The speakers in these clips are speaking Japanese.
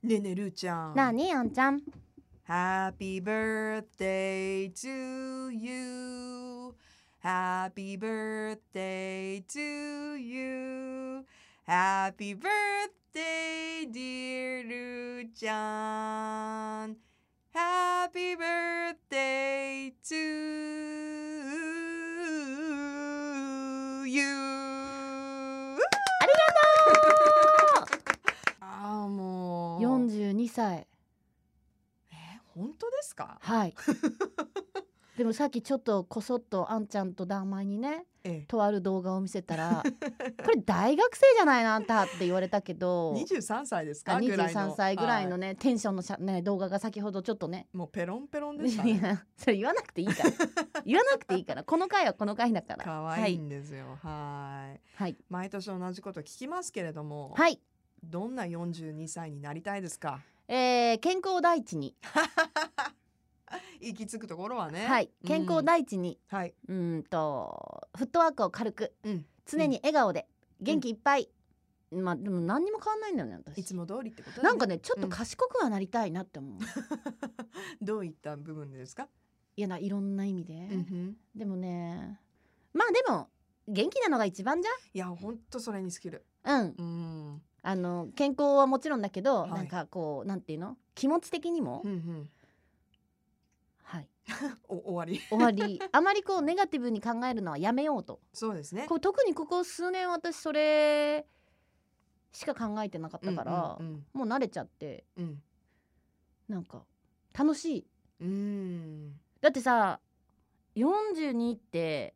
ねえねえるーちゃん。 なにあんちゃん。 Happy birthday to you. Happy birthday to you. Happy birthday dear るーちゃん。Happy birthday to you. ありがとうああもう 42歳。 本当ですか？ はいでもさっきちょっとこそっとあんちゃんとだんまいにね、とある動画を見せたらこれ大学生じゃないのあんたって言われたけど 23歳ですか？ 23歳ぐらいのね、テンションのね、動画が先ほどちょっとね、 もうペロンペロンでしたいね。 やそれ言わなくていいから言わなくていいから、この回はこの回だから。 可愛いんですよ。はい。 はい毎年同じこと聞きますけれども、 はい、 どんな42歳になりたいですか？ 健康第一に行き着くところはね。 はい、健康第一に、 はい。 フットワークを軽く、 うん。 常に笑顔で元気いっぱい、まあでも何にも変わんないんだよね私。 いつも通りってことだね。 なんかねちょっと賢くはなりたいなって思う、 どういった部分でですか？ いやいろんな意味で、 うんでもね、まあでも元気なのが一番じいや本当それに尽きる。 ゃん。健康はもちろんだけど、 はいなんかこうなんていうの、気持ち的にも、はい終わり。 終わりあまりこうネガティブに考えるのはやめようと。 そうですね。 特にここ数年私それしか考えてなかったから、もう慣れちゃって、なんか楽しい。だってさ42って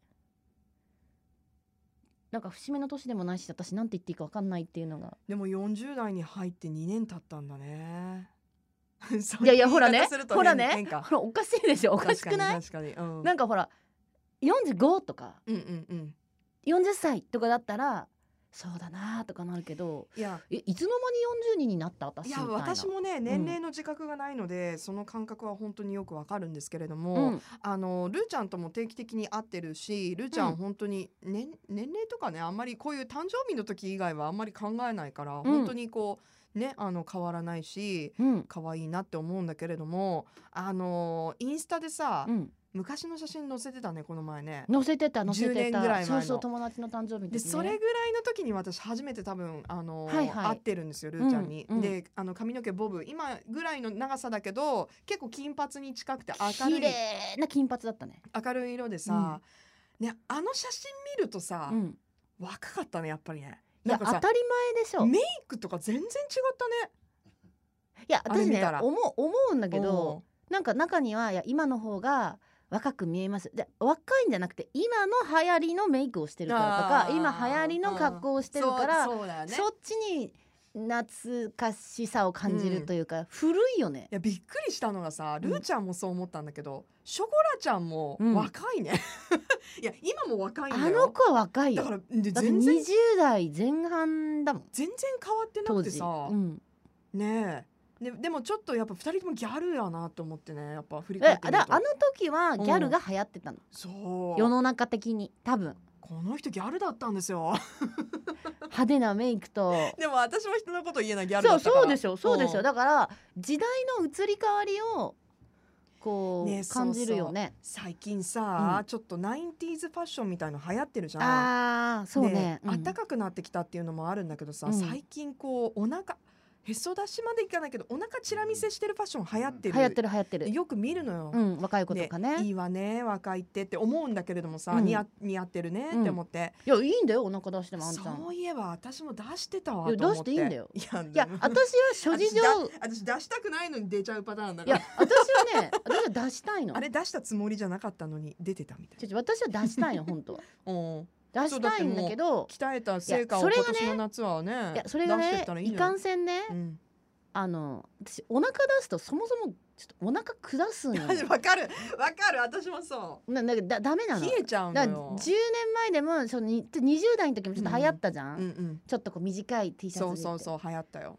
なんか節目の年でもないし、私なんて言っていいか分かんないっていうのが。 でも40代に入って2年経ったんだね。 いやいやほらねほらおかしいでしょ、おかしくない？ 確かに、 なんかほら45とか、40歳とかだったらそうだなとかなるけど、いつの間に42になった私みたいな。 私もね年齢の自覚がないので、その感覚は本当によくわかるんですけれども、ルーちゃんとも定期的に会ってるし、ルーちゃん本当に、年齢とかねあんまりこういう誕生日の時以外はあんまり考えないから、本当にこうね変わらないし、可愛いなって思うんだけれども、インスタでさ、昔の写真載せてたねこの前ね。 載せてた 10年ぐらい前の。 そう友達の誕生日でそれぐらいの時に私初めて多分会ってるんですよ、ルーちゃんに。で髪の毛ボブ今ぐらいの長さだけど結構金髪に近くて明るい綺麗な金髪だったね。 明るい色でさ、ね、あの写真見るとさ、若かったねやっぱりね。 いや当たり前でしょ。 メイクとか全然違ったね。 いや私ね思うんだけど、なんか中にはいや今の方が若く見えます。で若いんじゃなくて今の流行りのメイクをしてるからとか、今流行りの格好をしてるから、そっちに懐かしさを感じるというか、古いよね。 いやびっくりしたのがさ、ルーちゃんもそう思ったんだけど、ショコラちゃんも若いね、いや今も若いんだよ。 あの子は若いよ。 だから全然20代前半だもん。 全然変わってなくてさ、ねえ。でもちょっとやっぱ2人ともギャルやなと思ってね、やっぱ振り返ってみると。 あの時はギャルが流行ってたの、そう世の中的に。多分この人ギャルだったんですよ派手なメイクと。 でも私も人のこと言えないギャルだったから。 そうでしょ、だから時代の移り変わりをこう、感じるよね。 最近さ、ちょっと 90s ファッションみたいの流行ってるじゃん。 ああそうね、 暖かくなってきたっていうのもあるんだけどさ、最近こうお腹へそ出しまでいかないけどお腹チラ見せしてるファッション流行ってるよく見るのよ、 若い子とかね。 いいわね若いって思うんだけれどもさ、似合ってるねって思って、 いやいいんだよお腹出しても。あんちゃんそういえば私も出してたわと思って。 出していいんだよ。いや私は諸事情私出したくないのに出ちゃうパターンだから。いや私はね私は出したいの。 あれ出したつもりじゃなかったのに出てたみたいな。 私は出したいの本当は出したいんだけど、 鍛えた成果を今年の夏はね、 いやそれがねいかんせんね、私お腹出すとそもそもちょっとお腹下すんよ。 わかる私もそう。 ダメなの。 冷えちゃうのよ。 10年前でも20代の時もちょっと流行ったじゃん、ちょっとこう短い T シャツで。 そう流行ったよ。 で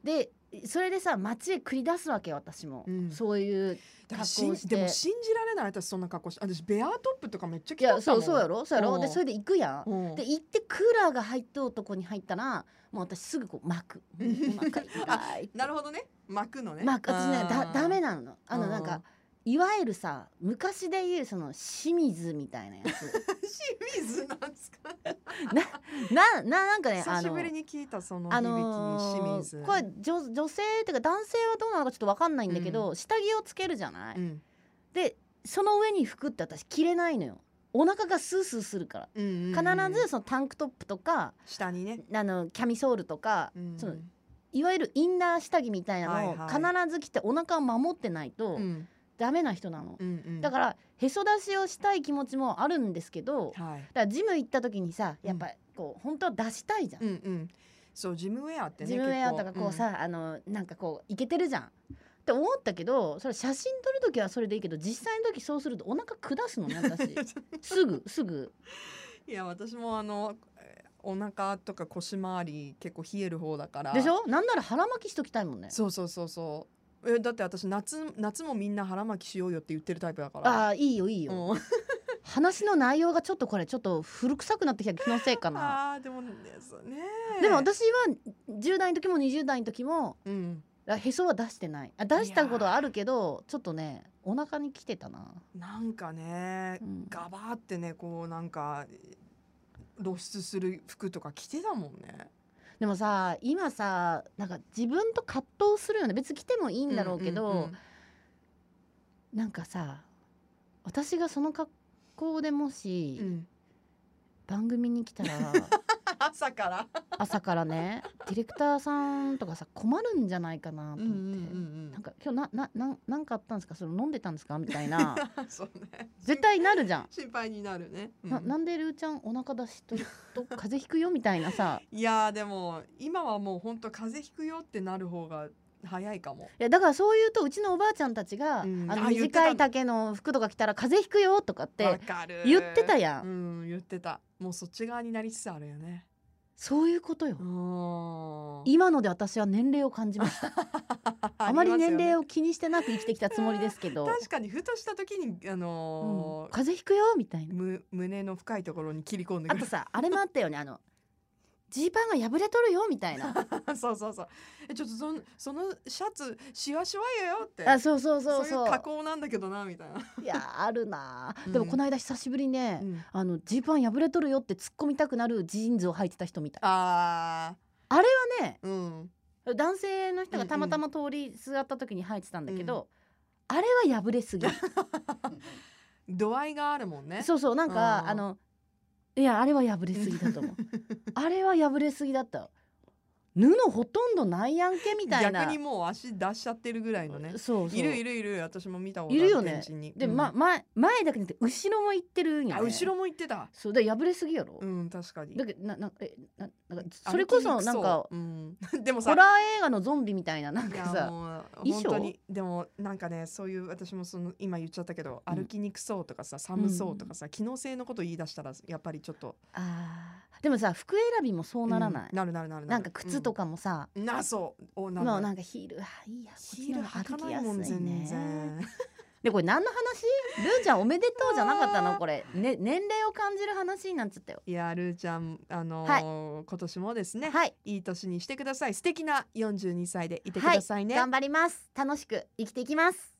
それでさ街へ繰り出すわけよ私も、そういう格好をして。 でも信じられない私そんな格好して。私ベアトップとかめっちゃ着いたもん。 やそうやろでそれで行くやん。で行ってクーラーが入っとうとこに入ったらもう私すぐこう巻く。お腹痛いなるほどね、巻くのね。 私ねダメなの。なんかいわゆるさ昔でいうその清水みたいなやつ清水なんですかなんかね久しぶりに聞いたその響き、清水。 これ女性っていうか男性はどうなのかちょっと分かんないんだけど、下着をつけるじゃない、でその上に服って私着れないのよ。お腹がスースーするから、必ずそのタンクトップとか下にねキャミソールとか、そのいわゆるインナー下着みたいなのを必ず着てお腹を守ってないと、ダメな人なの、だからへそ出しをしたい気持ちもあるんですけど、だからジム行った時にさやっぱこう本当は出したいじゃん、 そうジムウェアってね、 ジムウェアとかこうさ、なんかこうイケてるじゃんって思ったけど、それ写真撮る時はそれでいいけど実際の時そうするとお腹下すのね私すぐいや私もお腹とか腰回り結構冷える方だから。 でしょ。なんなら腹巻きしときたいもんね。 そうだって私夏もみんな腹巻きしようよって言ってるタイプだから。 いいよ話の内容がちょっと古臭くなってきた気のせいかな。 でもねでも私は10代の時も20代の時も、へそは出してない。出したことはあるけどちょっとねお腹に来てたな。 なんかね、ガバーってねこうなんか露出する服とか着てたもんね。 でもさ今さなんか自分と葛藤するよね。別に着てもいいんだろうけど、なんかさ私がその格好でもし、番組に来たら朝からねディレクターさんとかさ困るんじゃないかなと思って、なんか今日なんかあったんですか、それ飲んでたんですかみたいなそうね、 絶対なるじゃん。 心配になるね、 なんでルーちゃんお腹出しと風邪ひくよみたいなさいやでも今はもうほんと風邪ひくよってなる方が早いかも。 いやだからそういうとうちのおばあちゃんたちが、短い丈の服とか着たら風邪ひくよとかって言ってたやん。 言ってた。もうそっち側になりつつあるよね。 そういうことよ。今ので私は年齢を感じましたあまり年齢を気にしてなく生きてきたつもりですけど確かにふとした時に風邪ひくよみたいな胸の深いところに切り込んでくる。 あとさあれもあったよね、ジーパンが破れとるよみたいなそうちょっとそのシャツシワシワよってそういう加工なんだけどなみたいな。 いやあるな、でもこの間久しぶりにね、ジーパン破れとるよって突っ込みたくなるジーンズを履いてた人みたい。あれはね、男性の人がたまたま通りすがった時に履いてたんだけど、あれは破れすぎ度合いがあるもんね。 なんかいやあれは破れすぎだと思うあれは破れすぎだった。布ほとんどないやんけみたいな。 逆にもう足出しちゃってるぐらいのね。いる私も見たことある。いるよね。で、前だけじゃなくて後ろも行ってるんやね。 後ろも行ってた。 そうで破れすぎやろ。 確かに。 だけどそれこそなんかでもさホラー映画のゾンビみたいななんかさ本当にでもなんかねそういう私も今言っちゃったけど歩きにくそうとかさ寒そうとかさ機能性のこと言い出したらやっぱりちょっとでもさ服選びもそうならない。 なる。 なんか靴とかもさそうもうなんかヒールいいやヒール履かないもん全然でこれ何の話？ルーちゃんおめでとうじゃなかったのこれ、年齢を感じる話になっちゃったよ。 いやルーちゃん今年もですね、いい年にしてください。素敵な42歳でいてくださいね。 頑張ります。楽しく生きていきます。